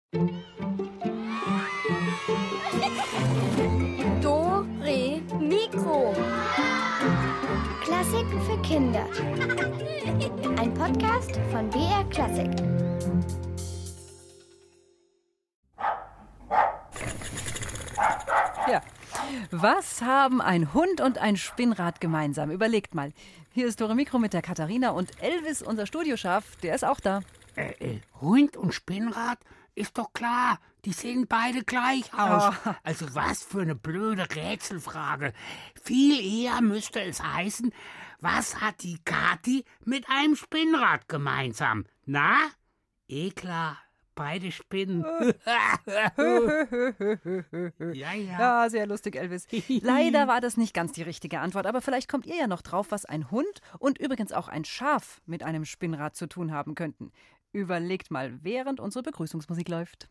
Dore Mikro. Klassiken für Kinder. Ein Podcast von BR Klassik. Ja. Was haben ein Hund und ein Spinnrad gemeinsam? Überlegt mal. Hier ist Dore Mikro mit der Katharina und Elvis, unser Studioschaf, der ist auch da. Hund und Spinnrad? Ist doch klar, die sehen beide gleich aus. Oh. Also was für eine blöde Rätselfrage. Viel eher müsste es heißen, was hat die Kathi mit einem Spinnrad gemeinsam? Na? Klar, beide Spinnen. Ja. Ja, sehr lustig, Elvis. Leider war das nicht ganz die richtige Antwort, aber vielleicht kommt ihr ja noch drauf, was ein Hund und übrigens auch ein Schaf mit einem Spinnrad zu tun haben könnten. Überlegt mal, während unsere Begrüßungsmusik läuft.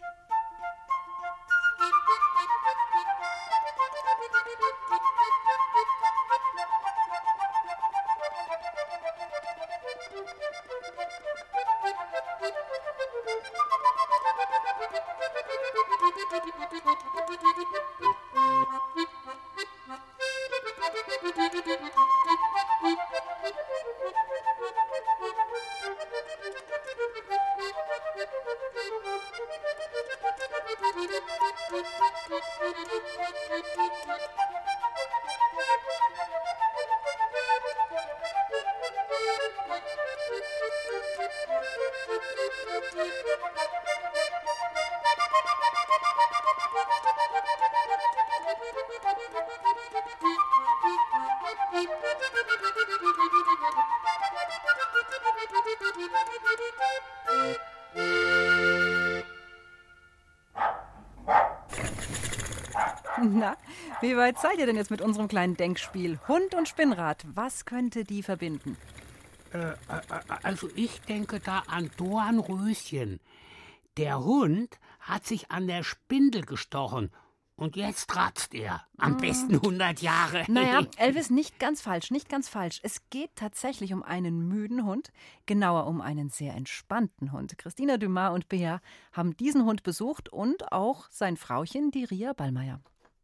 Na, wie weit seid ihr denn jetzt mit unserem kleinen Denkspiel? Hund und Spinnrad, was könnte die verbinden? Also ich denke da an Dornröschen. Der Hund hat sich an der Spindel gestochen. Und jetzt ratzt er. Am besten 100 Jahre. Naja, Elvis, nicht ganz falsch, nicht ganz falsch. Es geht tatsächlich um einen müden Hund, genauer um einen sehr entspannten Hund. Christina Dumas und Bea haben diesen Hund besucht und auch sein Frauchen, die Ria Ballmeier.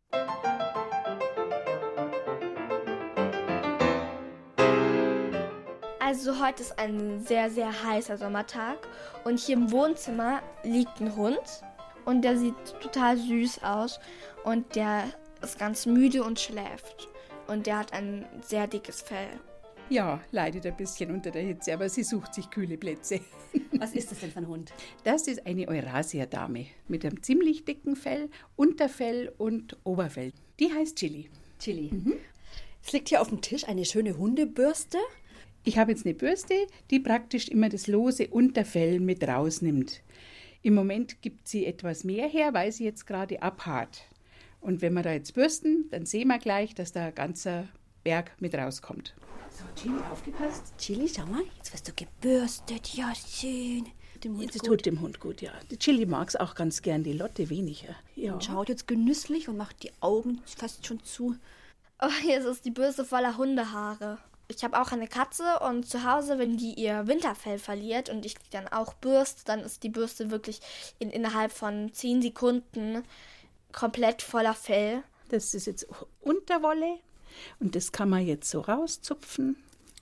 Also heute ist ein sehr, sehr heißer Sommertag und hier im Wohnzimmer liegt ein Hund und der sieht total süß aus und der ist ganz müde und schläft und der hat ein sehr dickes Fell. Ja, leidet ein bisschen unter der Hitze, aber sie sucht sich kühle Plätze. Was ist das denn für ein Hund? Das ist eine Eurasia-Dame mit einem ziemlich dicken Fell, Unterfell und Oberfell. Die heißt Chili. Chili. Es liegt hier auf dem Tisch eine schöne Hundebürste. Ich habe jetzt eine Bürste, die praktisch immer das lose Unterfell mit rausnimmt. Im Moment gibt sie etwas mehr her, weil sie jetzt gerade abhaart. Und wenn wir da jetzt bürsten, dann sehen wir gleich, dass da ein ganzer Berg mit rauskommt. So, Chili, aufgepasst. Chili, schau mal, jetzt wirst du gebürstet. Ja, schön. Das tut dem Hund gut, ja. Die Chili mag es auch ganz gern, die Lotte weniger. Ja. Und schaut jetzt genüsslich und macht die Augen fast schon zu. Oh, jetzt ist die Bürste voller Hundehaare. Ich habe auch eine Katze und zu Hause, wenn die ihr Winterfell verliert und ich die dann auch bürste, dann ist die Bürste wirklich innerhalb von 10 Sekunden komplett voller Fell. Das ist jetzt Unterwolle und das kann man jetzt so rauszupfen.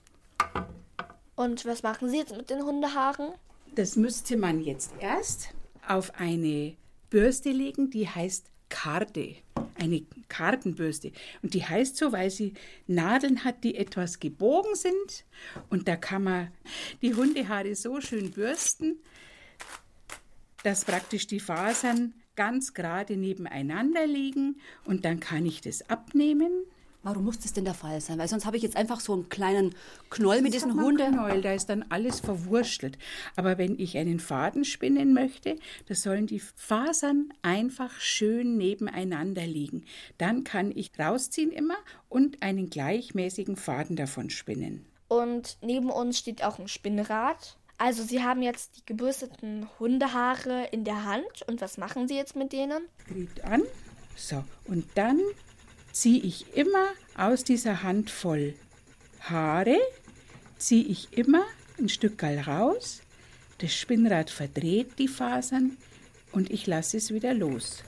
Und was machen Sie jetzt mit den Hundehaaren? Das müsste man jetzt erst auf eine Bürste legen, die heißt Karde. Eine Kartenbürste. Und die heißt so, weil sie Nadeln hat, die etwas gebogen sind. Und da kann man die Hundehaare so schön bürsten, dass praktisch die Fasern ganz gerade nebeneinander liegen. Und dann kann ich das abnehmen. Warum muss das denn der Fall sein? Weil sonst habe ich jetzt einfach so einen kleinen Knoll mit diesen Hunden. Knoll, da ist dann alles verwurstelt. Aber wenn ich einen Faden spinnen möchte, da sollen die Fasern einfach schön nebeneinander liegen. Dann kann ich rausziehen immer und einen gleichmäßigen Faden davon spinnen. Und neben uns steht auch ein Spinnrad. Also Sie haben jetzt die gebürsteten Hundehaare in der Hand. Und was machen Sie jetzt mit denen? Grieb an. So, und dann ziehe ich immer aus dieser Handvoll Haare, ziehe ich immer ein Stückerl raus. Das Spinnrad verdreht die Fasern, und ich lasse es wieder los.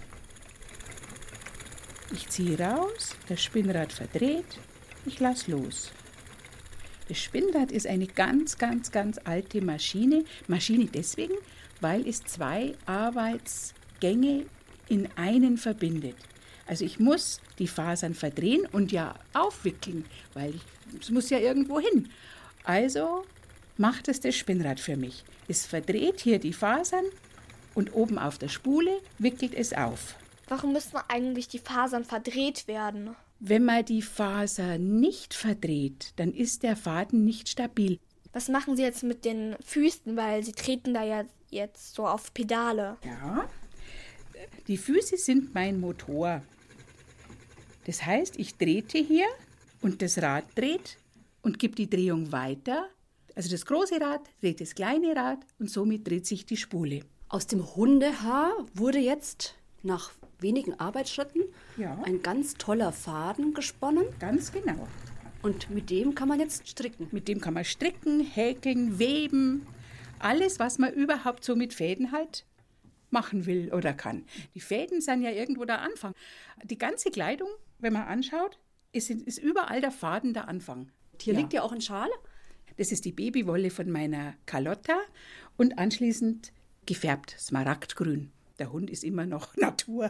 Ich ziehe raus, das Spinnrad verdreht, ich lasse los. Das Spinnrad ist eine ganz, ganz, ganz alte Maschine. Maschine deswegen, weil es 2 Arbeitsgänge in einen verbindet. Also ich muss die Fasern verdrehen und ja aufwickeln, weil es muss ja irgendwo hin. Also macht es das Spinnrad für mich. Es verdreht hier die Fasern und oben auf der Spule wickelt es auf. Warum müssen eigentlich die Fasern verdreht werden? Wenn man die Faser nicht verdreht, dann ist der Faden nicht stabil. Was machen Sie jetzt mit den Füßen, weil Sie treten da ja jetzt so auf Pedale? Ja, die Füße sind mein Motor. Das heißt, ich trete hier und das Rad dreht und gibt die Drehung weiter. Also das große Rad dreht das kleine Rad und somit dreht sich die Spule. Aus dem Hundehaar wurde jetzt nach wenigen Arbeitsschritten ein ganz toller Faden gesponnen. Ganz genau. Und mit dem kann man jetzt stricken. Mit dem kann man stricken, häkeln, weben. Alles, was man überhaupt so mit Fäden halt machen will oder kann. Die Fäden sind ja irgendwo der Anfang. Die ganze Kleidung, wenn man anschaut, ist überall der Faden der Anfang. Hier liegt ja auch ein Schal. Das ist die Babywolle von meiner Carlotta und anschließend gefärbt, smaragdgrün. Der Hund ist immer noch Natur.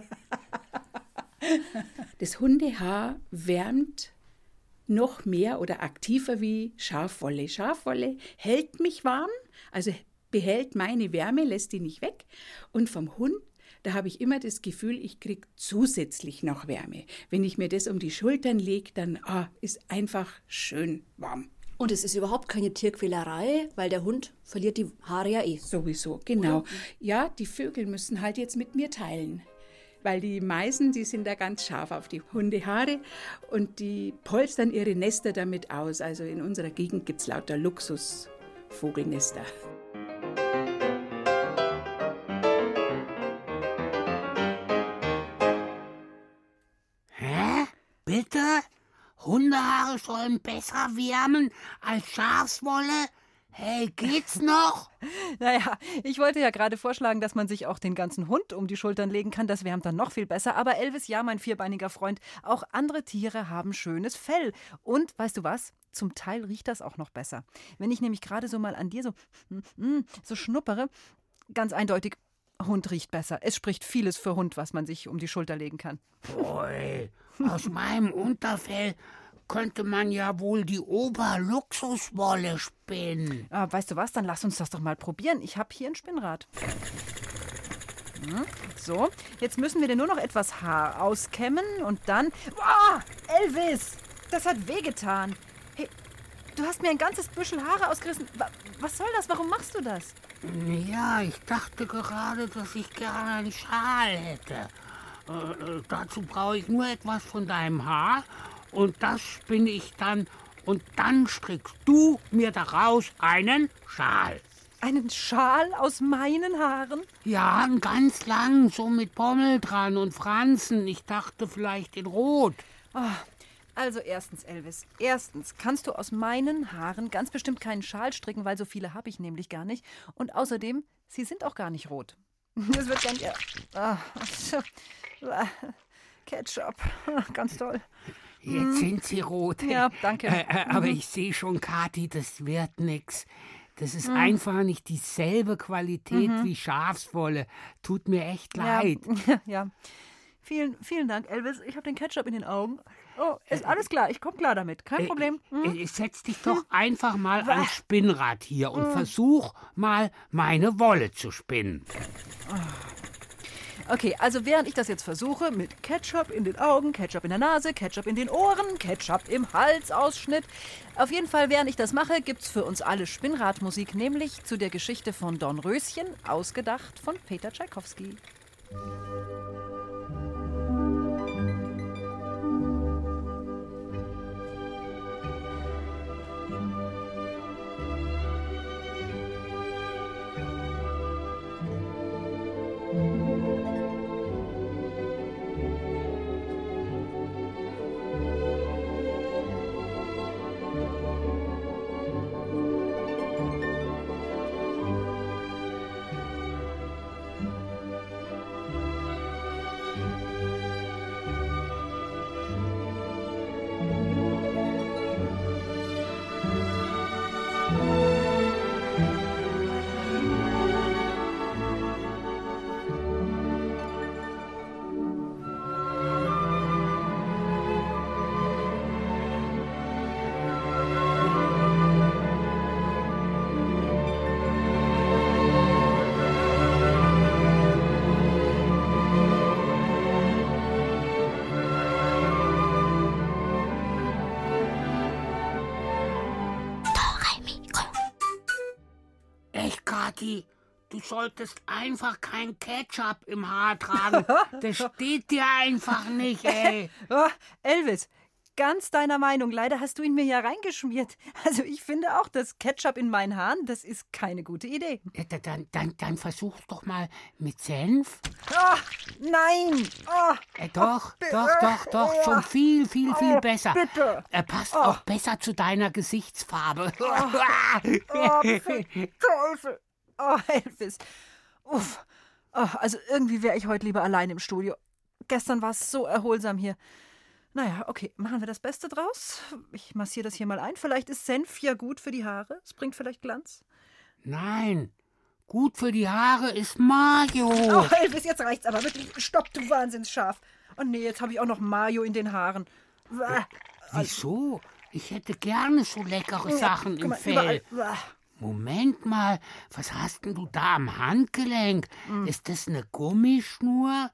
Das Hundehaar wärmt noch mehr oder aktiver wie Schafwolle. Schafwolle hält mich warm, also behält meine Wärme, lässt die nicht weg. Und vom Hund, da habe ich immer das Gefühl, ich kriege zusätzlich noch Wärme. Wenn ich mir das um die Schultern lege, dann ist einfach schön warm. Und es ist überhaupt keine Tierquälerei, weil der Hund verliert die Haare ja eh. Sowieso, genau. Oder? Ja, die Vögel müssen halt jetzt mit mir teilen. Weil die Meisen, die sind da ganz scharf auf die Hundehaare und die polstern ihre Nester damit aus. Also in unserer Gegend gibt es lauter Luxusvogelnester. Hä? Bitte? Hundehaare sollen besser wärmen als Schafswolle? Hey, geht's noch? Naja, ich wollte ja gerade vorschlagen, dass man sich auch den ganzen Hund um die Schultern legen kann. Das wärmt dann noch viel besser. Aber Elvis, ja, mein vierbeiniger Freund, auch andere Tiere haben schönes Fell. Und, weißt du was? Zum Teil riecht das auch noch besser. Wenn ich nämlich gerade so mal an dir so schnuppere, ganz eindeutig, Hund riecht besser. Es spricht vieles für Hund, was man sich um die Schulter legen kann. Ui, aus meinem Unterfell könnte man ja wohl die Oberluxuswolle spinnen. Weißt du was, dann lass uns das doch mal probieren. Ich habe hier ein Spinnrad. So, jetzt müssen wir dir nur noch etwas Haar auskämmen und dann... Elvis, das hat wehgetan. Hey, du hast mir ein ganzes Büschel Haare ausgerissen. Was soll das? Warum machst du das? Ja, ich dachte gerade, dass ich gerne einen Schal hätte. Dazu brauche ich nur etwas von deinem Haar und das spinne ich dann und dann strickst du mir daraus einen Schal. Einen Schal aus meinen Haaren? Ja, ganz lang, so mit Pommel dran und Fransen. Ich dachte vielleicht in Rot. Also erstens, Elvis, kannst du aus meinen Haaren ganz bestimmt keinen Schal stricken, weil so viele habe ich nämlich gar nicht. Und außerdem, sie sind auch gar nicht rot. Das wird ganz... Ketchup, ganz toll. Jetzt sind sie rot. Ja, danke. Aber ich sehe schon, Kathi, das wird nix. Das ist einfach nicht dieselbe Qualität wie Schafswolle. Tut mir echt leid. Ja. Vielen Dank, Elvis. Ich habe den Ketchup in den Augen. Oh, ist alles klar. Ich komme klar damit. Kein Problem. Setz dich doch einfach mal ans Spinnrad hier und versuch mal, meine Wolle zu spinnen. Okay, also während ich das jetzt versuche, mit Ketchup in den Augen, Ketchup in der Nase, Ketchup in den Ohren, Ketchup im Halsausschnitt. Auf jeden Fall, während ich das mache, gibt's für uns alle Spinnradmusik, nämlich zu der Geschichte von Dornröschen, ausgedacht von Peter Tschaikowski. Kathi, du solltest einfach kein Ketchup im Haar tragen. Das steht dir einfach nicht, ey. Oh, Elvis, ganz deiner Meinung. Leider hast du ihn mir ja reingeschmiert. Also ich finde auch, das Ketchup in meinen Haaren, das ist keine gute Idee. Ja, dann versuch's doch mal mit Senf. Oh, nein! Oh, Doch, schon viel besser. bitte. Er passt auch besser zu deiner Gesichtsfarbe. Teufel! Oh, Elvis. Uff. Oh, also irgendwie wäre ich heute lieber allein im Studio. Gestern war es so erholsam hier. Naja, okay, machen wir das Beste draus. Ich massiere das hier mal ein. Vielleicht ist Senf ja gut für die Haare. Es bringt vielleicht Glanz. Nein, gut für die Haare ist Mayo. Oh, Elvis, jetzt reicht's aber wirklich. Stopp, du Wahnsinnsschaf. Oh nee, jetzt habe ich auch noch Mayo in den Haaren. Wieso? Ich hätte gerne so leckere Sachen Guck im mal, Fell. überall. Moment mal, was hast denn du da am Handgelenk? Ist das eine Gummischnur?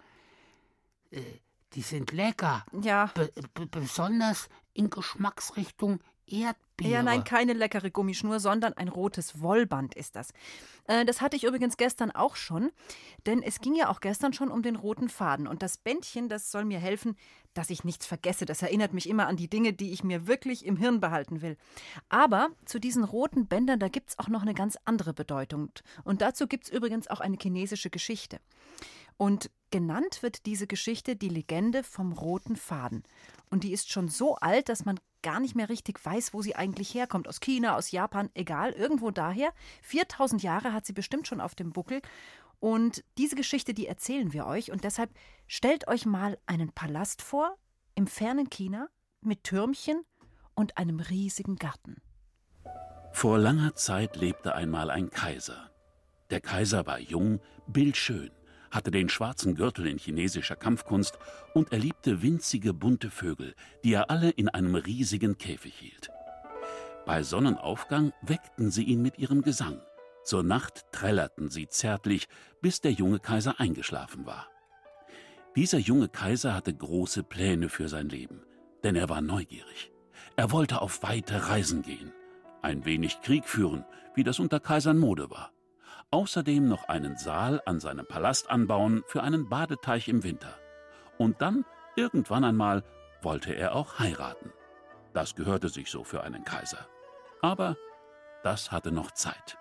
Die sind lecker. Ja. Besonders in Geschmacksrichtung Erdbeere. Ja, nein, keine leckere Gummischnur, sondern ein rotes Wollband ist das. Das hatte ich übrigens gestern auch schon, denn es ging ja auch gestern schon um den roten Faden. Und das Bändchen, das soll mir helfen, dass ich nichts vergesse. Das erinnert mich immer an die Dinge, die ich mir wirklich im Hirn behalten will. Aber zu diesen roten Bändern, da gibt es auch noch eine ganz andere Bedeutung. Und dazu gibt es übrigens auch eine chinesische Geschichte. Und genannt wird diese Geschichte die Legende vom roten Faden. Und die ist schon so alt, dass man gar nicht mehr richtig weiß, wo sie eigentlich herkommt. Aus China, aus Japan, egal, irgendwo daher. 4000 Jahre hat sie bestimmt schon auf dem Buckel. Und diese Geschichte, die erzählen wir euch. Und deshalb stellt euch mal einen Palast vor, im fernen China, mit Türmchen und einem riesigen Garten. Vor langer Zeit lebte einmal ein Kaiser. Der Kaiser war jung, bildschön, hatte den schwarzen Gürtel in chinesischer Kampfkunst und er liebte winzige bunte Vögel, die er alle in einem riesigen Käfig hielt. Bei Sonnenaufgang weckten sie ihn mit ihrem Gesang. Zur Nacht trällerten sie zärtlich, bis der junge Kaiser eingeschlafen war. Dieser junge Kaiser hatte große Pläne für sein Leben, denn er war neugierig. Er wollte auf weite Reisen gehen, ein wenig Krieg führen, wie das unter Kaisern Mode war. Außerdem noch einen Saal an seinem Palast anbauen für einen Badeteich im Winter. Und dann, irgendwann einmal, wollte er auch heiraten. Das gehörte sich so für einen Kaiser. Aber das hatte noch Zeit.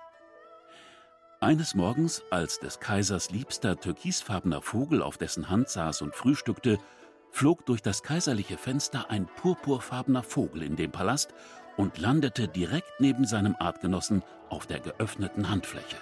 Eines Morgens, als des Kaisers liebster türkisfarbener Vogel auf dessen Hand saß und frühstückte, flog durch das kaiserliche Fenster ein purpurfarbener Vogel in den Palast und landete direkt neben seinem Artgenossen auf der geöffneten Handfläche.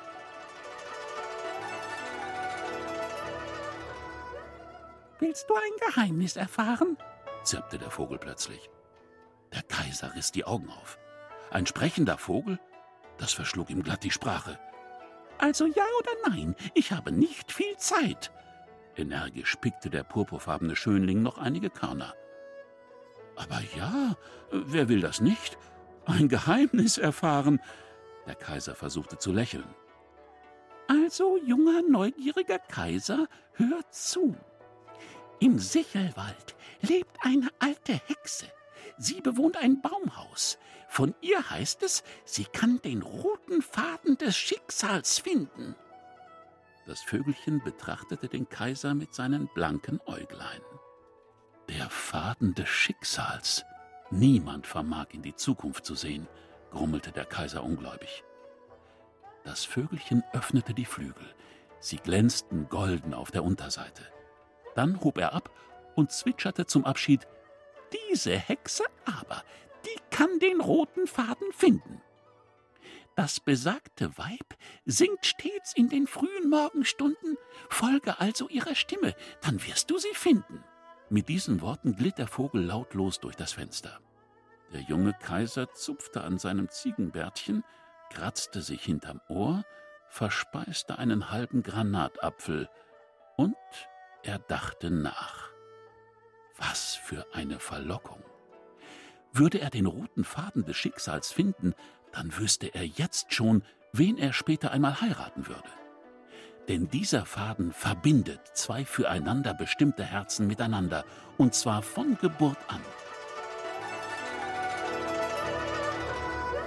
»Willst du ein Geheimnis erfahren?« zirpte der Vogel plötzlich. Der Kaiser riss die Augen auf. Ein sprechender Vogel? Das verschlug ihm glatt die Sprache. »Also ja oder nein? Ich habe nicht viel Zeit.« Energisch pickte der purpurfarbene Schönling noch einige Körner. »Aber ja, wer will das nicht? Ein Geheimnis erfahren?« Der Kaiser versuchte zu lächeln. »Also, junger, neugieriger Kaiser, hör zu. Im Sichelwald lebt eine alte Hexe. Sie bewohnt ein Baumhaus. Von ihr heißt es, sie kann den roten Faden des Schicksals finden.« Das Vögelchen betrachtete den Kaiser mit seinen blanken Äuglein. »Der Faden des Schicksals. Niemand vermag in die Zukunft zu sehen«, grummelte der Kaiser ungläubig. Das Vögelchen öffnete die Flügel. Sie glänzten golden auf der Unterseite. Dann hob er ab und zwitscherte zum Abschied: »Diese Hexe aber, die kann den roten Faden finden. Das besagte Weib singt stets in den frühen Morgenstunden. Folge also ihrer Stimme, dann wirst du sie finden.« Mit diesen Worten glitt der Vogel lautlos durch das Fenster. Der junge Kaiser zupfte an seinem Ziegenbärtchen, kratzte sich hinterm Ohr, verspeiste einen halben Granatapfel und er dachte nach. Was für eine Verlockung! Würde er den roten Faden des Schicksals finden, dann wüsste er jetzt schon, wen er später einmal heiraten würde. Denn dieser Faden verbindet zwei füreinander bestimmte Herzen miteinander, und zwar von Geburt an.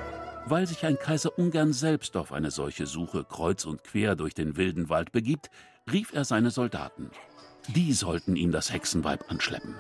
Weil sich ein Kaiser ungern selbst auf eine solche Suche kreuz und quer durch den wilden Wald begibt, rief er seine Soldaten. Die sollten ihm das Hexenweib anschleppen.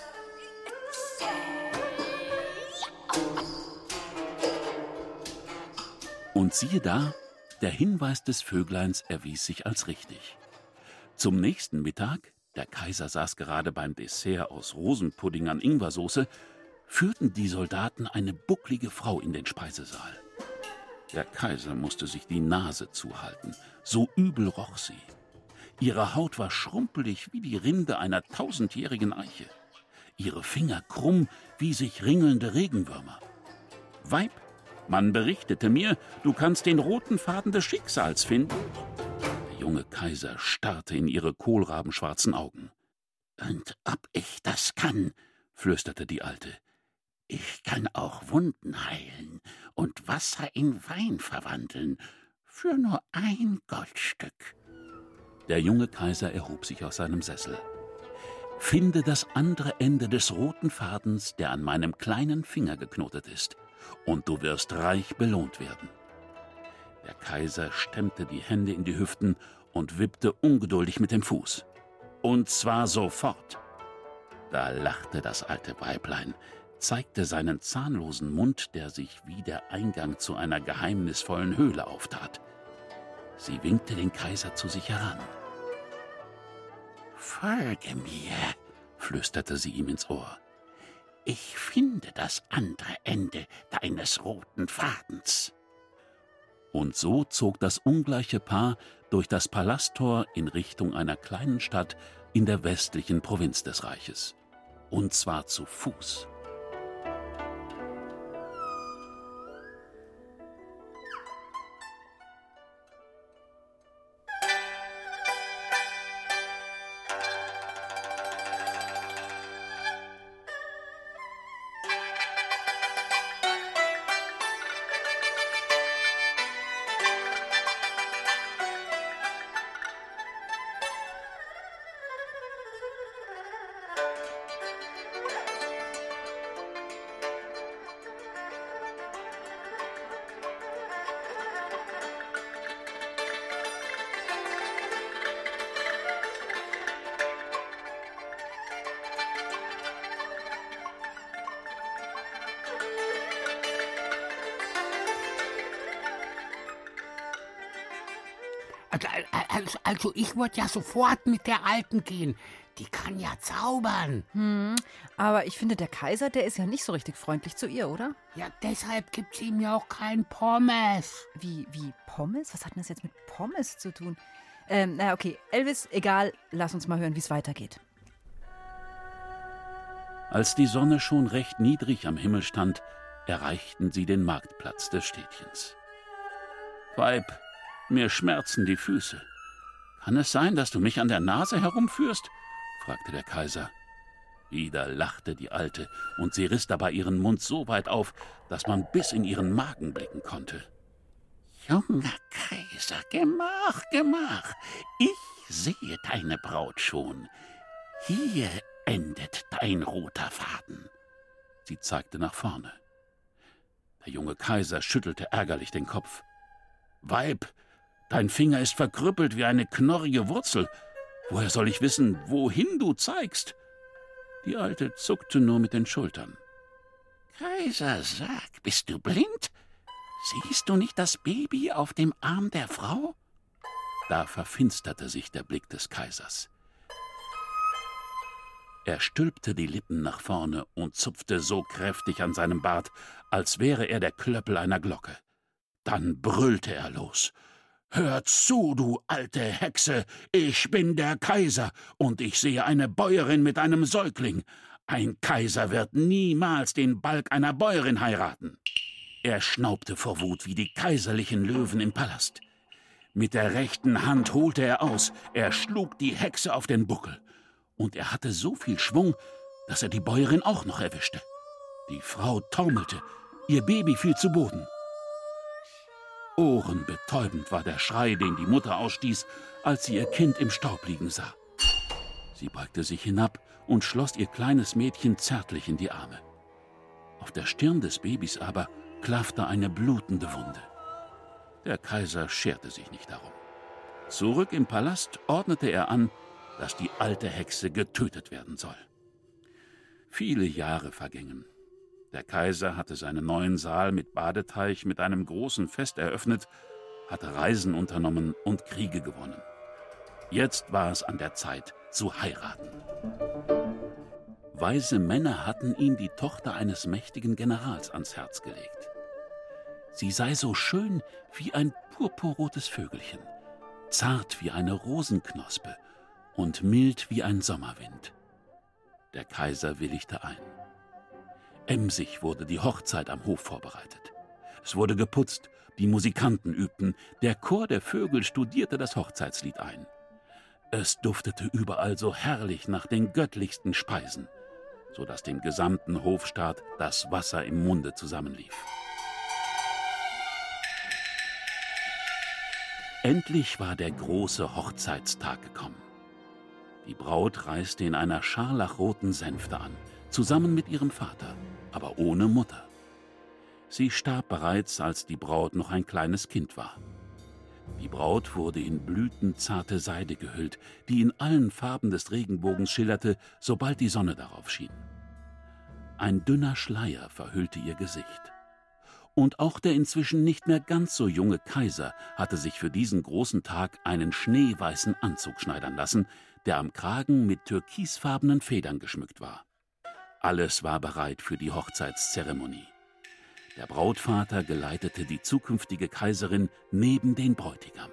Und siehe da, der Hinweis des Vögleins erwies sich als richtig. Zum nächsten Mittag, der Kaiser saß gerade beim Dessert aus Rosenpudding an Ingwersoße, führten die Soldaten eine bucklige Frau in den Speisesaal. Der Kaiser musste sich die Nase zuhalten, so übel roch sie. Ihre Haut war schrumpelig wie die Rinde einer 1000-jährigen Eiche. Ihre Finger krumm wie sich ringelnde Regenwürmer. Weib, man berichtete mir, du kannst den roten Faden des Schicksals finden. Der junge Kaiser starrte in ihre kohlrabenschwarzen Augen. Und ob ich das kann, flüsterte die Alte. Ich kann auch Wunden heilen und Wasser in Wein verwandeln, für nur 1 Goldstück. Der junge Kaiser erhob sich aus seinem Sessel. Finde das andere Ende des roten Fadens, der an meinem kleinen Finger geknotet ist, und du wirst reich belohnt werden. Der Kaiser stemmte die Hände in die Hüften und wippte ungeduldig mit dem Fuß. Und zwar sofort. Da lachte das alte Weiblein, zeigte seinen zahnlosen Mund, der sich wie der Eingang zu einer geheimnisvollen Höhle auftat. Sie winkte den Kaiser zu sich heran. »Folge mir«, flüsterte sie ihm ins Ohr. »Ich finde das andere Ende deines roten Fadens.« Und so zog das ungleiche Paar durch das Palasttor in Richtung einer kleinen Stadt in der westlichen Provinz des Reiches. Und zwar zu Fuß. Also ich würde ja sofort mit der Alten gehen. Die kann ja zaubern. Aber ich finde, der Kaiser, der ist ja nicht so richtig freundlich zu ihr, oder? Ja, deshalb gibt's ihm ja auch kein Pommes. Wie Pommes? Was hat denn das jetzt mit Pommes zu tun? Na okay, Elvis, egal, lass uns mal hören, wie es weitergeht. Als die Sonne schon recht niedrig am Himmel stand, erreichten sie den Marktplatz des Städtchens. »Weib, mir schmerzen die Füße. Kann es sein, dass du mich an der Nase herumführst?« fragte der Kaiser. Wieder lachte die Alte, und sie riss dabei ihren Mund so weit auf, dass man bis in ihren Magen blicken konnte. »Junger Kaiser, Gemach, Gemach, ich sehe deine Braut schon. Hier endet dein roter Faden.« Sie zeigte nach vorne. Der junge Kaiser schüttelte ärgerlich den Kopf. »Weib, dein Finger ist verkrüppelt wie eine knorrige Wurzel. Woher soll ich wissen, wohin du zeigst?« Die Alte zuckte nur mit den Schultern. »Kaiser, sag, bist du blind? Siehst du nicht das Baby auf dem Arm der Frau?« Da verfinsterte sich der Blick des Kaisers. Er stülpte die Lippen nach vorne und zupfte so kräftig an seinem Bart, als wäre er der Klöppel einer Glocke. Dann brüllte er los. »Hör zu, du alte Hexe! Ich bin der Kaiser, und ich sehe eine Bäuerin mit einem Säugling. Ein Kaiser wird niemals den Balg einer Bäuerin heiraten.« Er schnaubte vor Wut wie die kaiserlichen Löwen im Palast. Mit der rechten Hand holte er aus, er schlug die Hexe auf den Buckel. Und er hatte so viel Schwung, dass er die Bäuerin auch noch erwischte. Die Frau taumelte, ihr Baby fiel zu Boden. Ohrenbetäubend war der Schrei, den die Mutter ausstieß, als sie ihr Kind im Staub liegen sah. Sie beugte sich hinab und schloss ihr kleines Mädchen zärtlich in die Arme. Auf der Stirn des Babys aber klaffte eine blutende Wunde. Der Kaiser scherte sich nicht darum. Zurück im Palast ordnete er an, dass die alte Hexe getötet werden soll. Viele Jahre vergingen. Der Kaiser hatte seinen neuen Saal mit Badeteich mit einem großen Fest eröffnet, hatte Reisen unternommen und Kriege gewonnen. Jetzt war es an der Zeit, zu heiraten. Weise Männer hatten ihm die Tochter eines mächtigen Generals ans Herz gelegt. Sie sei so schön wie ein purpurrotes Vögelchen, zart wie eine Rosenknospe und mild wie ein Sommerwind. Der Kaiser willigte ein. Emsig wurde die Hochzeit am Hof vorbereitet. Es wurde geputzt, die Musikanten übten, der Chor der Vögel studierte das Hochzeitslied ein. Es duftete überall so herrlich nach den göttlichsten Speisen, so dass dem gesamten Hofstaat das Wasser im Munde zusammenlief. Endlich war der große Hochzeitstag gekommen. Die Braut reiste in einer scharlachroten Sänfte an, zusammen mit ihrem Vater, aber ohne Mutter. Sie starb bereits, als die Braut noch ein kleines Kind war. Die Braut wurde in blütenzarte Seide gehüllt, die in allen Farben des Regenbogens schillerte, sobald die Sonne darauf schien. Ein dünner Schleier verhüllte ihr Gesicht. Und auch der inzwischen nicht mehr ganz so junge Kaiser hatte sich für diesen großen Tag einen schneeweißen Anzug schneidern lassen, der am Kragen mit türkisfarbenen Federn geschmückt war. Alles war bereit für die Hochzeitszeremonie. Der Brautvater geleitete die zukünftige Kaiserin neben den Bräutigam.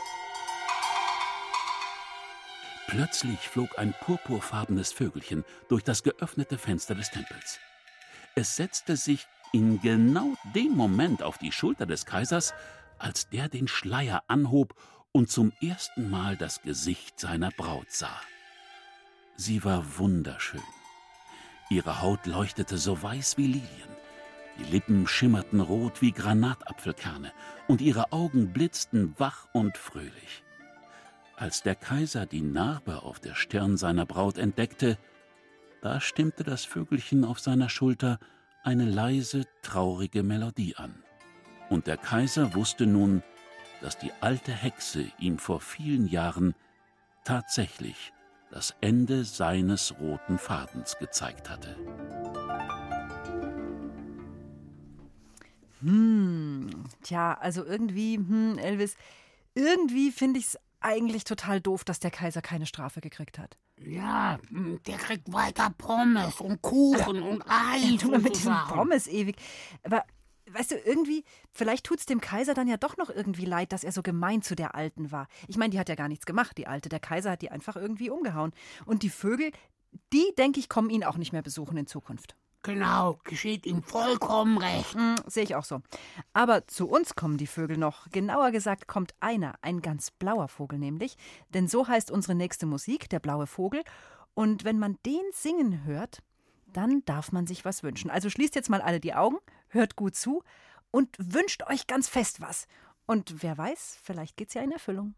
Plötzlich flog ein purpurfarbenes Vögelchen durch das geöffnete Fenster des Tempels. Es setzte sich in genau dem Moment auf die Schulter des Kaisers, als der den Schleier anhob und zum ersten Mal das Gesicht seiner Braut sah. Sie war wunderschön. Ihre Haut leuchtete so weiß wie Lilien, die Lippen schimmerten rot wie Granatapfelkerne und ihre Augen blitzten wach und fröhlich. Als der Kaiser die Narbe auf der Stirn seiner Braut entdeckte, da stimmte das Vögelchen auf seiner Schulter eine leise, traurige Melodie an. Und der Kaiser wusste nun, dass die alte Hexe ihm vor vielen Jahren tatsächlich das Ende seines roten Fadens gezeigt hatte. Tja, also irgendwie, Elvis, irgendwie finde ich es eigentlich total doof, dass der Kaiser keine Strafe gekriegt hat. Ja, der kriegt weiter Pommes und Kuchen und Eis. Du mit diesem Pommes ewig. Aber weißt du, irgendwie, vielleicht tut's dem Kaiser dann ja doch noch irgendwie leid, dass er so gemein zu der Alten war. Ich meine, die hat ja gar nichts gemacht, die Alte. Der Kaiser hat die einfach irgendwie umgehauen. Und die Vögel, die, denke ich, kommen ihn auch nicht mehr besuchen in Zukunft. Genau, geschieht ihm vollkommen recht. Sehe ich auch so. Aber zu uns kommen die Vögel noch. Genauer gesagt kommt einer, ein ganz blauer Vogel nämlich. Denn so heißt unsere nächste Musik, der blaue Vogel. Und wenn man den singen hört, dann darf man sich was wünschen. Also schließt jetzt mal alle die Augen, hört gut zu und wünscht euch ganz fest was. Und wer weiß, vielleicht geht's ja in Erfüllung.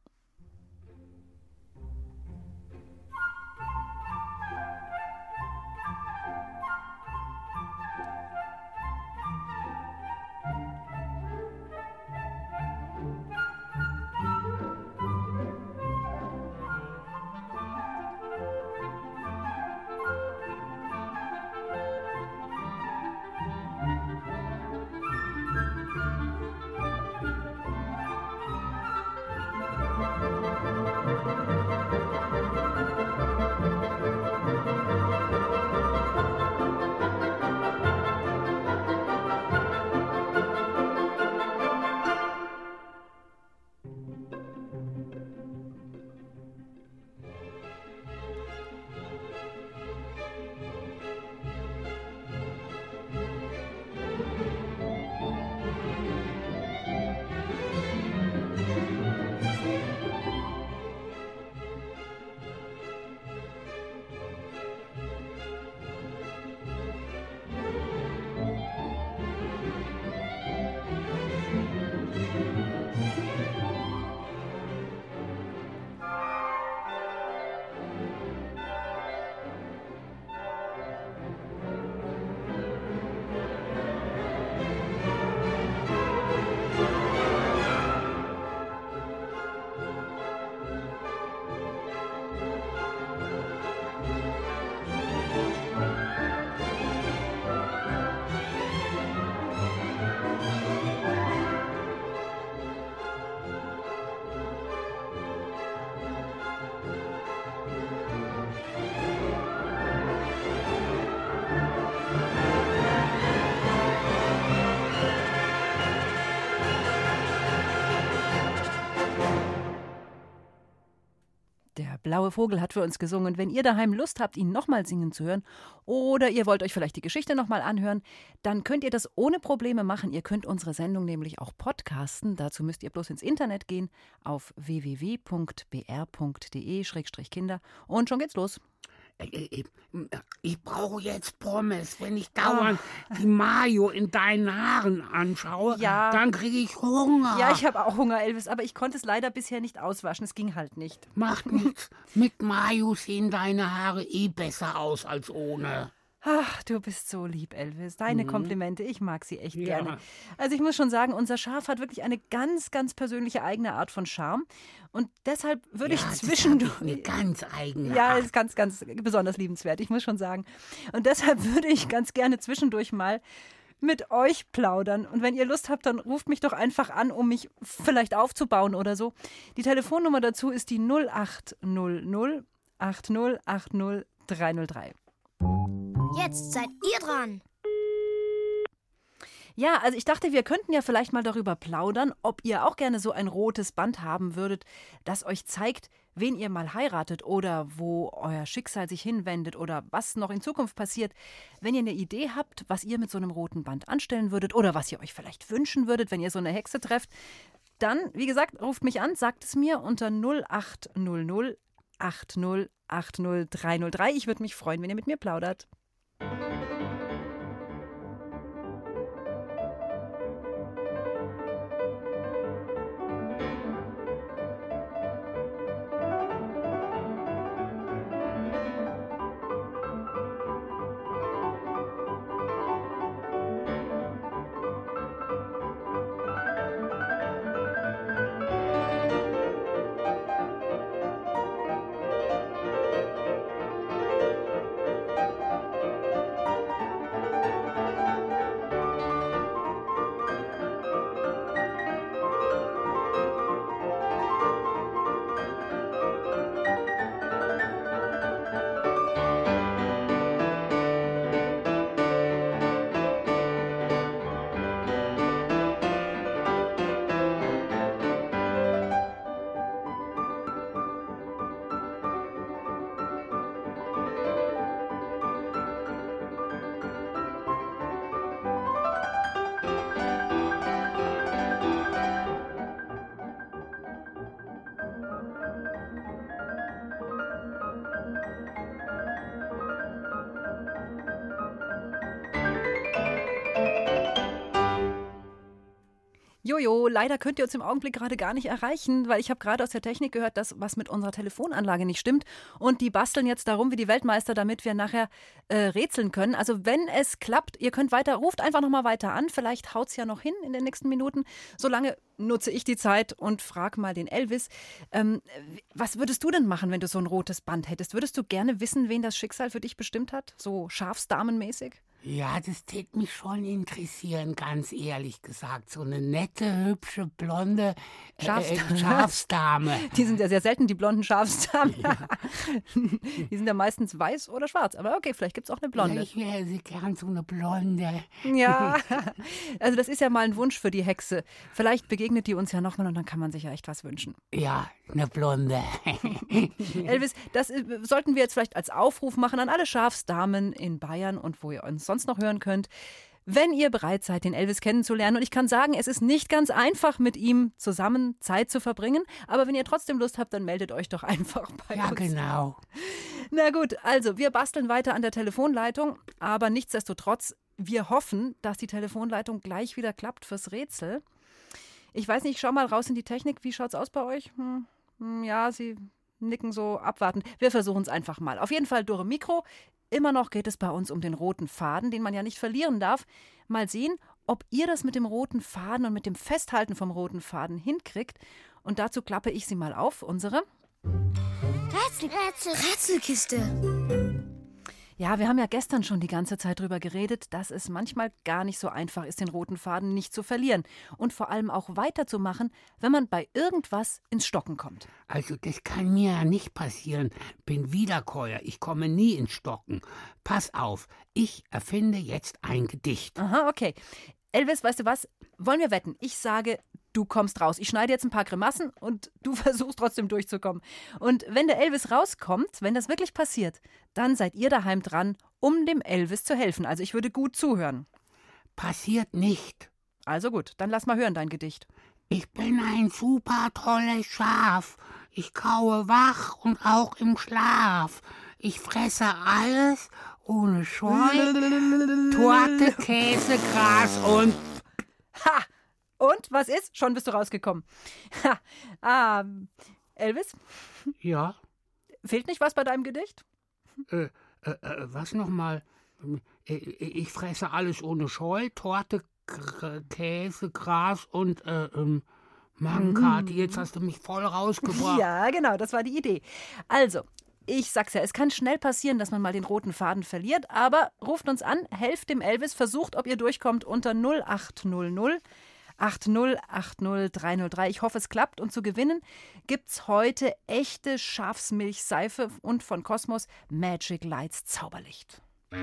Der blaue Vogel hat für uns gesungen. Wenn ihr daheim Lust habt, ihn nochmal singen zu hören oder ihr wollt euch vielleicht die Geschichte nochmal anhören, dann könnt ihr das ohne Probleme machen. Ihr könnt unsere Sendung nämlich auch podcasten. Dazu müsst ihr bloß ins Internet gehen auf www.br.de/kinder und schon geht's los. Ich brauche jetzt Pommes. Wenn ich dauernd die Mayo in deinen Haaren anschaue, dann kriege ich Hunger. Ja, ich habe auch Hunger, Elvis, aber ich konnte es leider bisher nicht auswaschen. Es ging halt nicht. Macht nichts. Mit Mayo sehen deine Haare besser aus als ohne. Ach, du bist so lieb, Elvis. Deine Komplimente, ich mag sie echt gerne. Also ich muss schon sagen, unser Schaf hat wirklich eine ganz, ganz persönliche eigene Art von Charme. Und deshalb würde ich zwischendurch... Eine ganz eigene Art. Ja, ist ganz, ganz besonders liebenswert, ich muss schon sagen. Und deshalb würde ich ganz gerne zwischendurch mal mit euch plaudern. Und wenn ihr Lust habt, dann ruft mich doch einfach an, um mich vielleicht aufzubauen oder so. Die Telefonnummer dazu ist die 0800 80 80 303. Jetzt seid ihr dran. Ja, also ich dachte, wir könnten ja vielleicht mal darüber plaudern, ob ihr auch gerne so ein rotes Band haben würdet, das euch zeigt, wen ihr mal heiratet oder wo euer Schicksal sich hinwendet oder was noch in Zukunft passiert. Wenn ihr eine Idee habt, was ihr mit so einem roten Band anstellen würdet oder was ihr euch vielleicht wünschen würdet, wenn ihr so eine Hexe trefft, dann, wie gesagt, ruft mich an, sagt es mir unter 0800 80 80 303. Ich würde mich freuen, wenn ihr mit mir plaudert. Jojo, leider könnt ihr uns im Augenblick gerade gar nicht erreichen, weil ich habe gerade aus der Technik gehört, dass was mit unserer Telefonanlage nicht stimmt. Und die basteln jetzt darum wie die Weltmeister, damit wir nachher rätseln können. Also wenn es klappt, ihr könnt weiter, ruft einfach nochmal weiter an. Vielleicht haut es ja noch hin in den nächsten Minuten. Solange nutze ich die Zeit und frage mal den Elvis. Was würdest du denn machen, wenn du so ein rotes Band hättest? Würdest du gerne wissen, wen das Schicksal für dich bestimmt hat? So schafsdamenmäßig? Ja, das täte mich schon interessieren, ganz ehrlich gesagt. So eine nette, hübsche, blonde Schafsdame. Die sind ja sehr selten, die blonden Schafsdamen. Ja. Die sind ja meistens weiß oder schwarz. Aber okay, vielleicht gibt es auch eine blonde. Ja, ich wäre gern so eine blonde. Ja, also das ist ja mal ein Wunsch für die Hexe. Vielleicht begegnet die uns ja nochmal und dann kann man sich ja echt was wünschen. Ja, eine blonde. Elvis, das sollten wir jetzt vielleicht als Aufruf machen an alle Schafsdamen in Bayern und wo ihr uns sonst noch hören könnt. Wenn ihr bereit seid, den Elvis kennenzulernen, und ich kann sagen, es ist nicht ganz einfach, mit ihm zusammen Zeit zu verbringen, aber wenn ihr trotzdem Lust habt, dann meldet euch doch einfach bei uns. Ja, genau. Na gut, also wir basteln weiter an der Telefonleitung, aber nichtsdestotrotz, wir hoffen, dass die Telefonleitung gleich wieder klappt fürs Rätsel. Ich weiß nicht, ich schau mal raus in die Technik. Wie schaut's aus bei euch? Ja, sie nicken so abwartend. Wir versuchen es einfach mal. Auf jeden Fall Dore Mikro. Immer noch geht es bei uns um den roten Faden, den man ja nicht verlieren darf. Mal sehen, ob ihr das mit dem roten Faden und mit dem Festhalten vom roten Faden hinkriegt. Und dazu klappe ich sie mal auf, unsere Rätselkiste. Ja, wir haben ja gestern schon die ganze Zeit drüber geredet, dass es manchmal gar nicht so einfach ist, den roten Faden nicht zu verlieren und vor allem auch weiterzumachen, wenn man bei irgendwas ins Stocken kommt. Also das kann mir ja nicht passieren. Bin Wiederkäuer, ich komme nie ins Stocken. Pass auf, ich erfinde jetzt ein Gedicht. Aha, okay. Elvis, weißt du was? Wollen wir wetten? Ich sage, du kommst raus. Ich schneide jetzt ein paar Grimassen und du versuchst trotzdem durchzukommen. Und wenn der Elvis rauskommt, wenn das wirklich passiert, dann seid ihr daheim dran, um dem Elvis zu helfen. Also ich würde gut zuhören. Passiert nicht. Also gut, dann lass mal hören, dein Gedicht. Ich bin ein super tolles Schaf. Ich kaue wach und auch im Schlaf. Ich fresse alles ohne Scheu. Torte, Käse, Gras und... Ha! Und, was ist? Schon bist du rausgekommen. Ha! Elvis? Ja? Fehlt nicht was bei deinem Gedicht? Was nochmal? Ich fresse alles ohne Scheu. Torte, Käse, Gras und... Mann, Kathi, jetzt hast du mich voll rausgebracht. Ja, genau, das war die Idee. Also, ich sag's ja, es kann schnell passieren, dass man mal den roten Faden verliert, aber ruft uns an, helft dem Elvis, versucht, ob ihr durchkommt unter 0800 8080 303. Ich hoffe, es klappt. Und zu gewinnen gibt's heute echte Schafsmilchseife und von Kosmos Magic Lights Zauberlicht.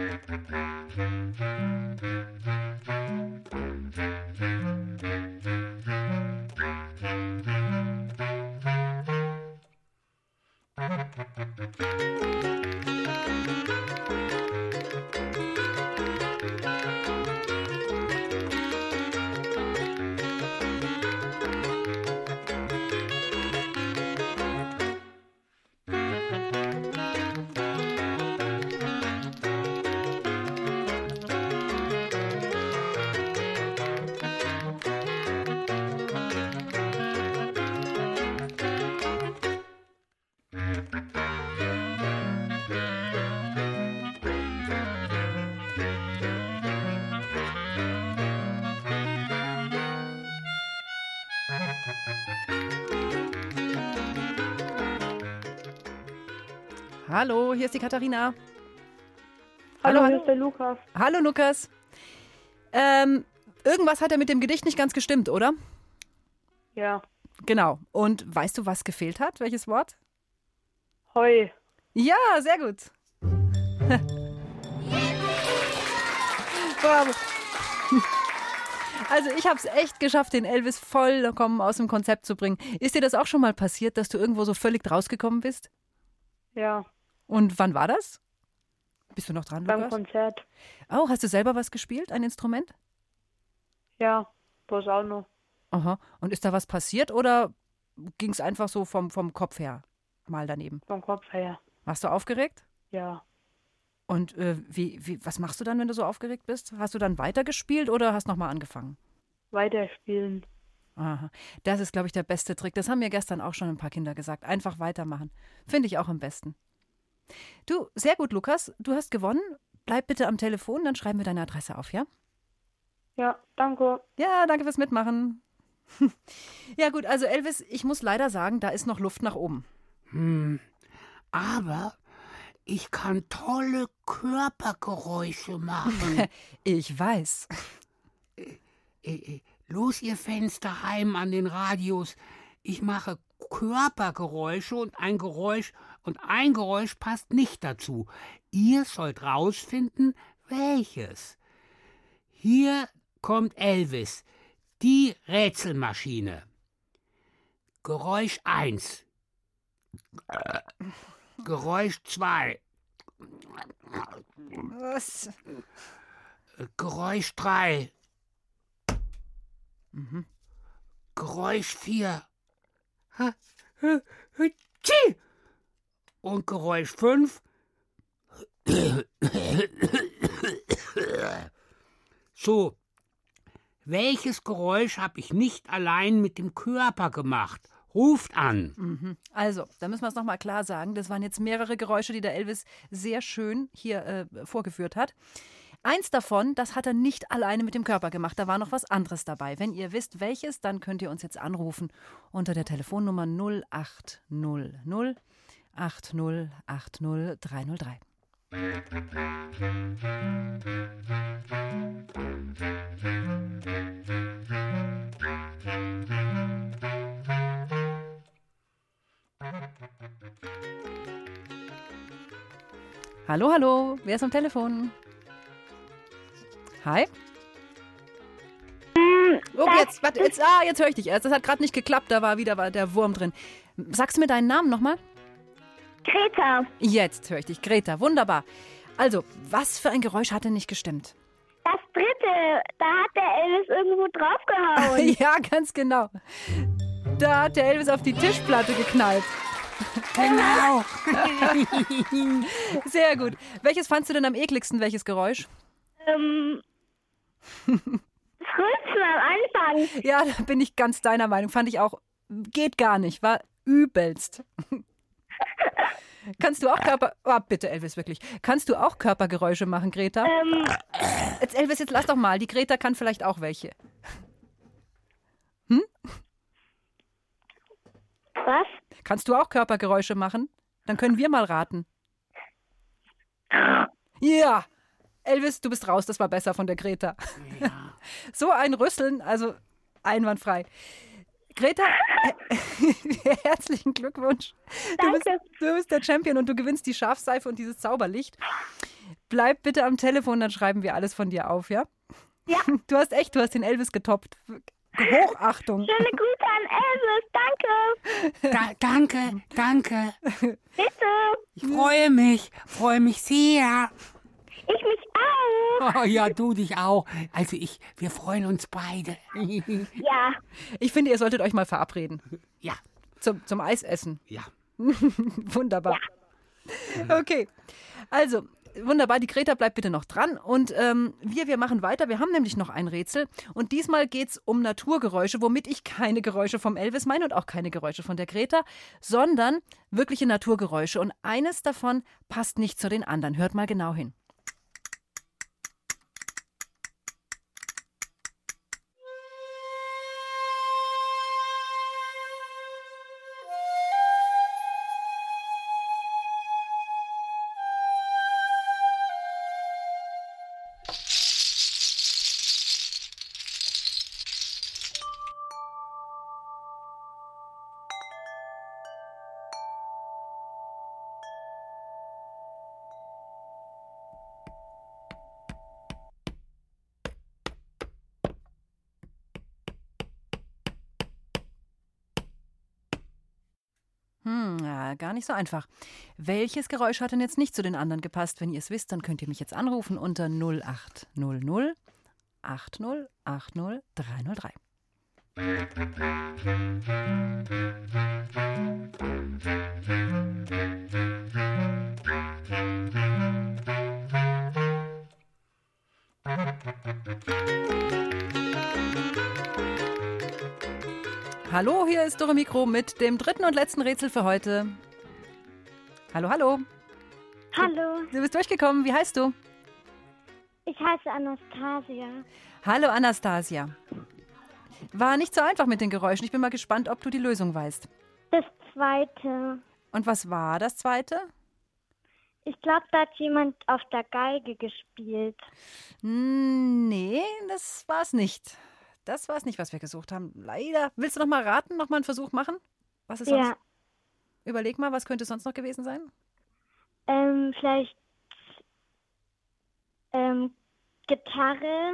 Hallo, hier ist die Katharina. Hallo, hier ist der Lukas. Hallo, Lukas. Irgendwas hat ja mit dem Gedicht nicht ganz gestimmt, oder? Ja. Genau. Und weißt du, was gefehlt hat? Welches Wort? Heu. Ja, sehr gut. Bravo. Also ich habe es echt geschafft, den Elvis vollkommen aus dem Konzept zu bringen. Ist dir das auch schon mal passiert, dass du irgendwo so völlig rausgekommen bist? Ja. Und wann war das? Bist du noch dran, Beim Lukas? Konzert. Oh, hast du selber was gespielt, ein Instrument? Ja, Posaune. Aha. Und ist da was passiert oder ging es einfach so vom Kopf her mal daneben? Vom Kopf her. Warst du aufgeregt? Ja. Und was machst du dann, wenn du so aufgeregt bist? Hast du dann weitergespielt oder hast nochmal angefangen? Weiterspielen. Aha. Das ist, glaube ich, der beste Trick. Das haben mir gestern auch schon ein paar Kinder gesagt. Einfach weitermachen. Finde ich auch am besten. Du, sehr gut, Lukas. Du hast gewonnen. Bleib bitte am Telefon, dann schreiben wir deine Adresse auf, ja? Ja, danke. Ja, danke fürs Mitmachen. Ja gut, also Elvis, ich muss leider sagen, da ist noch Luft nach oben. Aber ich kann tolle Körpergeräusche machen. Ich weiß. Los, ihr Fenster heim an den Radios. Ich mache Körpergeräusche und ein Geräusch passt nicht dazu. Ihr sollt rausfinden, welches. Hier kommt Elvis, die Rätselmaschine. Geräusch 1. Geräusch 2. Was? Geräusch 3. Geräusch 4. Und Geräusch 5. So, welches Geräusch habe ich nicht allein mit dem Körper gemacht? Ruft an. Also, da müssen wir es nochmal klar sagen. Das waren jetzt mehrere Geräusche, die der Elvis sehr schön hier vorgeführt hat. Eins davon, das hat er nicht alleine mit dem Körper gemacht. Da war noch was anderes dabei. Wenn ihr wisst, welches, dann könnt ihr uns jetzt anrufen unter der Telefonnummer 0800 8080 303. Hallo, hallo, wer ist am Telefon? Hi? Oh, jetzt höre ich dich erst. Das hat gerade nicht geklappt, da war der Wurm drin. Sagst du mir deinen Namen nochmal? Greta. Jetzt höre ich dich, Greta. Wunderbar. Also, was für ein Geräusch hat denn nicht gestimmt? Das dritte, da hat der Elvis irgendwo draufgehauen. Ja, ganz genau. Da hat der Elvis auf die Tischplatte geknallt. Genau. Sehr gut. Welches fandst du denn am ekligsten, welches Geräusch? Das Rülpsen am Anfang. Ja, da bin ich ganz deiner Meinung. Fand ich auch, geht gar nicht, war übelst. Kannst du auch bitte Elvis, wirklich. Kannst du auch Körpergeräusche machen, Greta? Jetzt, Elvis, jetzt lass doch mal. Die Greta kann vielleicht auch welche. Was? Kannst du auch Körpergeräusche machen? Dann können wir mal raten. Ja, Elvis, du bist raus. Das war besser von der Greta. Ja. So ein Rüsseln, also einwandfrei. Greta, herzlichen Glückwunsch. Danke. Du bist der Champion und du gewinnst die Schafseife und dieses Zauberlicht. Bleib bitte am Telefon, dann schreiben wir alles von dir auf, ja? Ja. Du hast den Elvis getoppt. Hochachtung. Schöne Grüße an Elvis. Danke. Danke. Bitte. Ich freue mich sehr. Ich mich auch. Oh, ja, du dich auch. Also wir freuen uns beide. Ja. Ich finde, ihr solltet euch mal verabreden. Ja. Zum Eisessen. Ja. Wunderbar. Okay, also wunderbar, die Greta bleibt bitte noch dran und wir machen weiter. Wir haben nämlich noch ein Rätsel und diesmal geht es um Naturgeräusche, womit ich keine Geräusche vom Elvis meine und auch keine Geräusche von der Greta, sondern wirkliche Naturgeräusche und eines davon passt nicht zu den anderen. Hört mal genau hin. Ja, gar nicht so einfach. Welches Geräusch hat denn jetzt nicht zu den anderen gepasst? Wenn ihr es wisst, dann könnt ihr mich jetzt anrufen unter 0800 80 80 303. Hallo, hier ist Dore Mikro mit dem dritten und letzten Rätsel für heute. Hallo, hallo. Hallo. Du bist durchgekommen. Wie heißt du? Ich heiße Anastasia. Hallo, Anastasia. War nicht so einfach mit den Geräuschen. Ich bin mal gespannt, ob du die Lösung weißt. Das zweite. Und was war das zweite? Ich glaube, da hat jemand auf der Geige gespielt. Nee, das war's nicht. Das war es nicht, was wir gesucht haben. Leider. Willst du noch mal raten, noch mal einen Versuch machen? Was ist sonst? Überleg mal, was könnte sonst noch gewesen sein? Vielleicht Gitarre.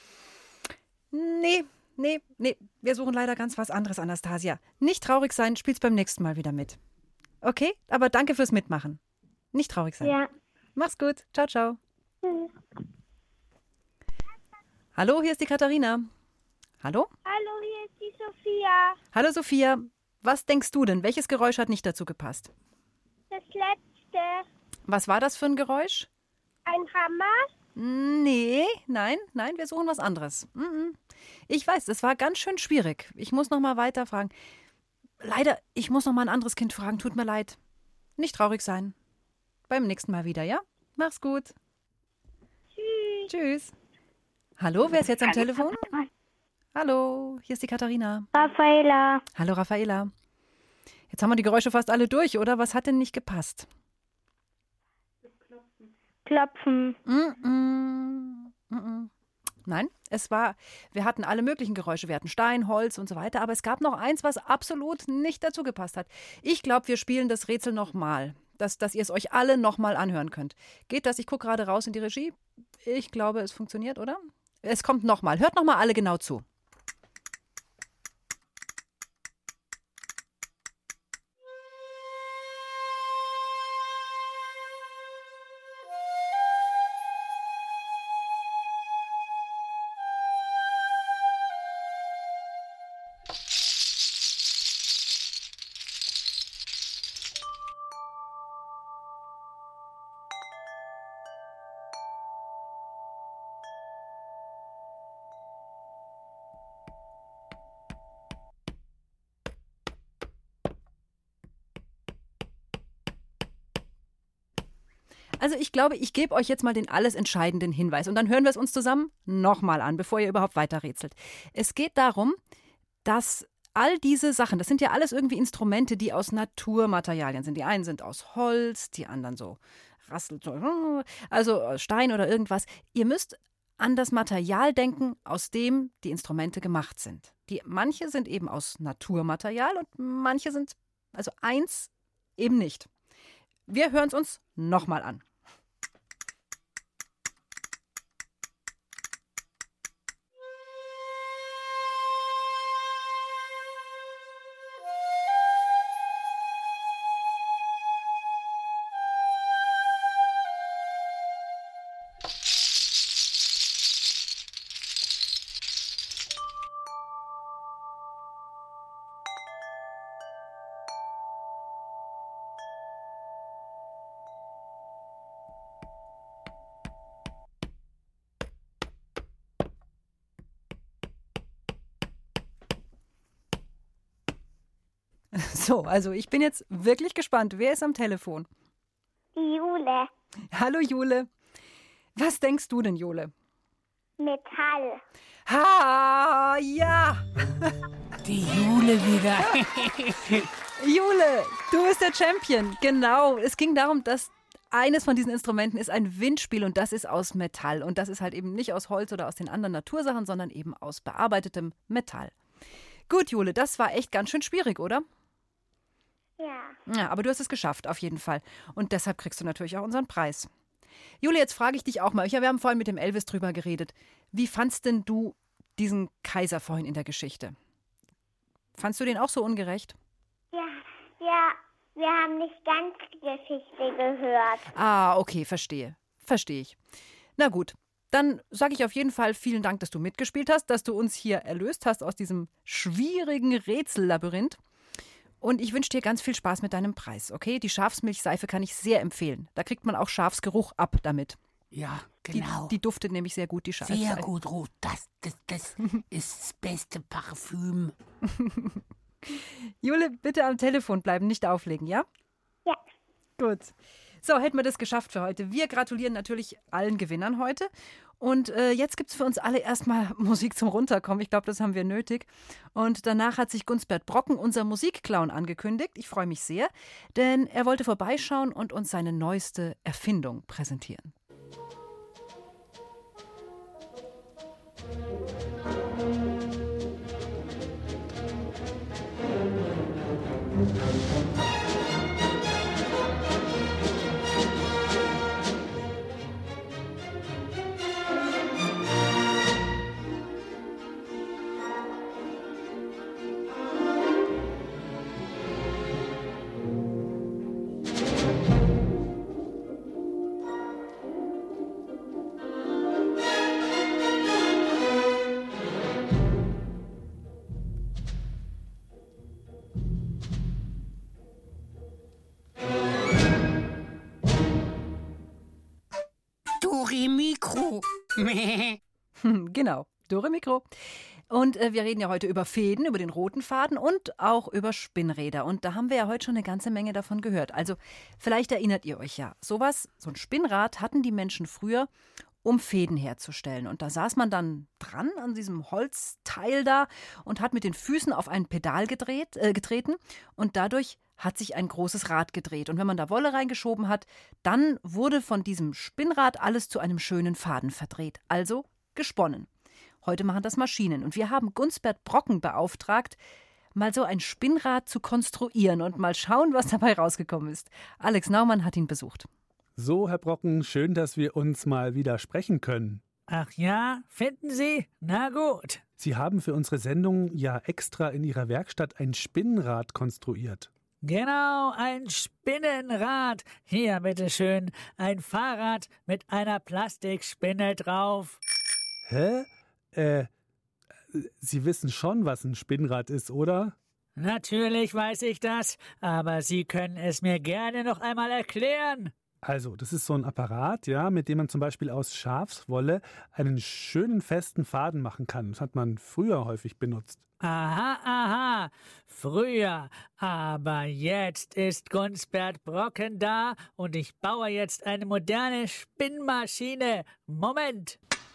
Nee. Wir suchen leider ganz was anderes, Anastasia. Nicht traurig sein, spiel's beim nächsten Mal wieder mit. Okay? Aber danke fürs Mitmachen. Nicht traurig sein. Ja. Mach's gut. Ciao, ciao. Tschüss. Hallo, hier ist die Katharina. Hallo? Hallo, hier ist die Sophia. Hallo, Sophia. Was denkst du denn? Welches Geräusch hat nicht dazu gepasst? Das letzte. Was war das für ein Geräusch? Ein Hammer? Nee, nein, wir suchen was anderes. Ich weiß, es war ganz schön schwierig. Ich muss noch mal weiter fragen. Leider, ich muss noch mal ein anderes Kind fragen. Tut mir leid. Nicht traurig sein. Beim nächsten Mal wieder, ja? Mach's gut. Tschüss. Tschüss. Hallo, wer ist jetzt am Telefon? Hallo, hier ist die Katharina. Raffaela. Hallo, Raffaela. Jetzt haben wir die Geräusche fast alle durch, oder? Was hat denn nicht gepasst? Klopfen. Nein, wir hatten alle möglichen Geräusche. Wir hatten Stein, Holz und so weiter. Aber es gab noch eins, was absolut nicht dazu gepasst hat. Ich glaube, wir spielen das Rätsel nochmal, dass ihr es euch alle nochmal anhören könnt. Geht das? Ich gucke gerade raus in die Regie. Ich glaube, es funktioniert, oder? Es kommt nochmal. Hört nochmal alle genau zu. Also ich glaube, ich gebe euch jetzt mal den alles entscheidenden Hinweis und dann hören wir es uns zusammen nochmal an, bevor ihr überhaupt weiterrätselt. Es geht darum, dass all diese Sachen, das sind ja alles irgendwie Instrumente, die aus Naturmaterialien sind. Die einen sind aus Holz, die anderen so also Stein oder irgendwas. Ihr müsst an das Material denken, aus dem die Instrumente gemacht sind. Manche sind eben aus Naturmaterial und manche sind, also eins eben nicht. Wir hören es uns nochmal an. So, also ich bin jetzt wirklich gespannt. Wer ist am Telefon? Die Jule. Hallo Jule. Was denkst du denn, Jule? Metall. Ha, ja. Die Jule wieder. Jule, du bist der Champion. Genau, es ging darum, dass eines von diesen Instrumenten ist ein Windspiel und das ist aus Metall. Und das ist halt eben nicht aus Holz oder aus den anderen Natursachen, sondern eben aus bearbeitetem Metall. Gut, Jule, das war echt ganz schön schwierig, oder? Ja. Ja, aber du hast es geschafft, auf jeden Fall. Und deshalb kriegst du natürlich auch unseren Preis. Jule, jetzt frage ich dich auch mal. Wir haben vorhin mit dem Elvis drüber geredet. Wie fandst denn du diesen Kaiser vorhin in der Geschichte? Fandst du den auch so ungerecht? Ja, wir haben nicht ganz die Geschichte gehört. Ah, okay, verstehe. Verstehe ich. Na gut, dann sage ich auf jeden Fall vielen Dank, dass du mitgespielt hast, dass du uns hier erlöst hast aus diesem schwierigen Rätsellabyrinth. Und ich wünsche dir ganz viel Spaß mit deinem Preis, okay? Die Schafsmilchseife kann ich sehr empfehlen. Da kriegt man auch Schafsgeruch ab damit. Ja, genau. Die duftet nämlich sehr gut, die Schafsmilch. Sehr gut, Ruth. Das ist das beste Parfüm. Jule, bitte am Telefon bleiben, nicht auflegen, ja? Ja. Gut. So, hätten wir das geschafft für heute. Wir gratulieren natürlich allen Gewinnern heute. Und jetzt gibt es für uns alle erstmal Musik zum Runterkommen. Ich glaube, das haben wir nötig. Und danach hat sich Gunsbert Brocken, unser Musikclown, angekündigt. Ich freue mich sehr, denn er wollte vorbeischauen und uns seine neueste Erfindung präsentieren. Mikro. Genau, Dore Mikro. Und wir reden ja heute über Fäden, über den roten Faden und auch über Spinnräder. Und da haben wir ja heute schon eine ganze Menge davon gehört. Also vielleicht erinnert ihr euch ja, so ein Spinnrad hatten die Menschen früher, um Fäden herzustellen. Und da saß man dann dran an diesem Holzteil da und hat mit den Füßen auf ein Pedal getreten und dadurch hat sich ein großes Rad gedreht. Und wenn man da Wolle reingeschoben hat, dann wurde von diesem Spinnrad alles zu einem schönen Faden verdreht, also gesponnen. Heute machen das Maschinen. Und wir haben Gunsbert Brocken beauftragt, mal so ein Spinnrad zu konstruieren und mal schauen, was dabei rausgekommen ist. Alex Naumann hat ihn besucht. So, Herr Brocken, schön, dass wir uns mal wieder sprechen können. Ach ja, finden Sie? Na gut. Sie haben für unsere Sendung ja extra in Ihrer Werkstatt ein Spinnrad konstruiert. Genau, ein Spinnenrad. Hier, bitteschön, ein Fahrrad mit einer Plastikspinne drauf. Hä? Sie wissen schon, was ein Spinnrad ist, oder? Natürlich weiß ich das, aber Sie können es mir gerne noch einmal erklären. Also, das ist so ein Apparat, ja, mit dem man zum Beispiel aus Schafswolle einen schönen festen Faden machen kann. Das hat man früher häufig benutzt. Aha, früher. Aber jetzt ist Gunsbert Brocken da und ich baue jetzt eine moderne Spinnmaschine. Moment.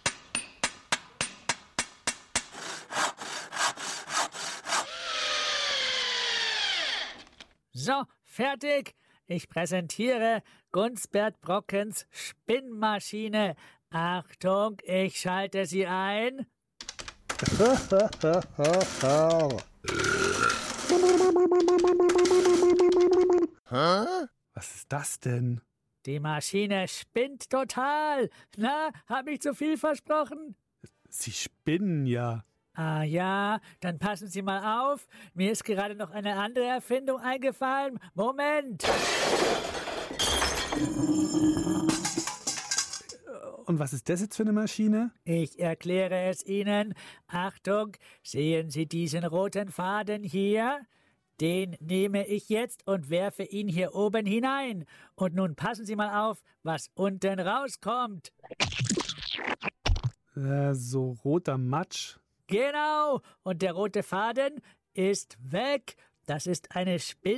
So, fertig. Ich präsentiere Gunsbert Brockens Spinnmaschine. Achtung, ich schalte sie ein. Was ist das denn? Die Maschine spinnt total. Na, hab ich zu viel versprochen? Sie spinnen ja. Ah ja, dann passen Sie mal auf. Mir ist gerade noch eine andere Erfindung eingefallen. Moment. Und was ist das jetzt für eine Maschine? Ich erkläre es Ihnen. Achtung, sehen Sie diesen roten Faden hier? Den nehme ich jetzt und werfe ihn hier oben hinein. Und nun passen Sie mal auf, was unten rauskommt. So roter Matsch. Genau, und der rote Faden ist weg. Das ist eine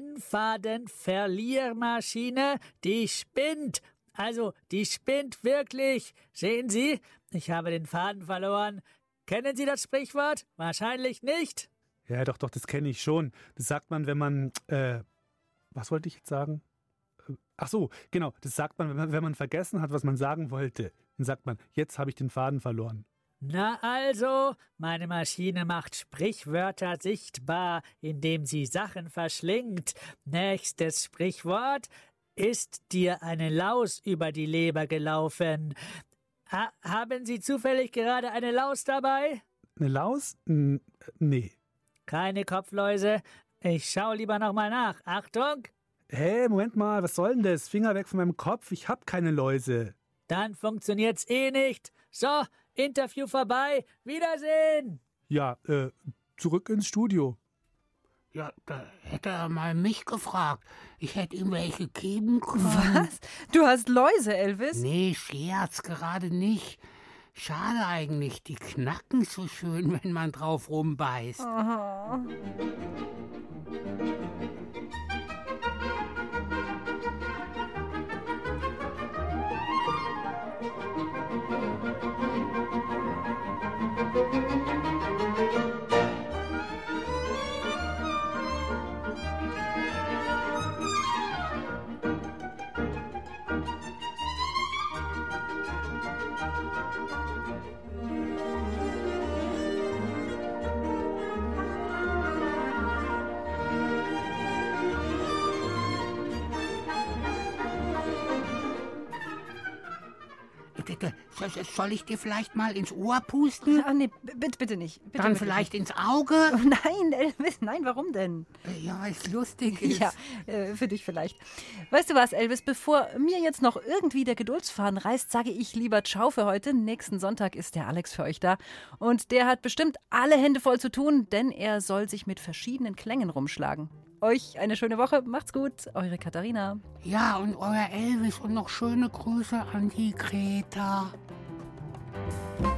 Spinnfadenverliermaschine, die spinnt. Also, die spinnt wirklich. Sehen Sie, ich habe den Faden verloren. Kennen Sie das Sprichwort? Wahrscheinlich nicht. Ja, doch, das kenne ich schon. Das sagt man, wenn man, was wollte ich jetzt sagen? Ach so, genau, das sagt man, wenn man vergessen hat, was man sagen wollte. Dann sagt man, jetzt habe ich den Faden verloren. Na also, meine Maschine macht Sprichwörter sichtbar, indem sie Sachen verschlingt. Nächstes Sprichwort: Ist dir eine Laus über die Leber gelaufen? Haben Sie zufällig gerade eine Laus dabei? Eine Laus? Nee. Keine Kopfläuse? Ich schau lieber nochmal nach. Achtung! Hey, Moment mal, was soll denn das? Finger weg von meinem Kopf, ich hab keine Läuse. Dann funktioniert's eh nicht. So, Interview vorbei. Wiedersehen! Ja, zurück ins Studio. Ja, da hätte er mal mich gefragt. Ich hätte ihm welche geben können. Was? Du hast Läuse, Elvis? Nee, Scherz, gerade nicht. Schade eigentlich, die knacken so schön, wenn man drauf rumbeißt. Aha. Soll ich dir vielleicht mal ins Ohr pusten? Ah, nee, bitte nicht. Bitte Dann wirklich vielleicht nicht. ins Auge? Oh, nein, Elvis, nein, warum denn? Ja, weil es lustig ist. Ja, für dich vielleicht. Weißt du was, Elvis, bevor mir jetzt noch irgendwie der Geduldsfaden reißt, sage ich lieber Ciao für heute. Nächsten Sonntag ist der Alex für euch da. Und der hat bestimmt alle Hände voll zu tun, denn er soll sich mit verschiedenen Klängen rumschlagen. Euch eine schöne Woche, macht's gut, eure Katharina. Ja, und euer Elvis und noch schöne Grüße an die Greta.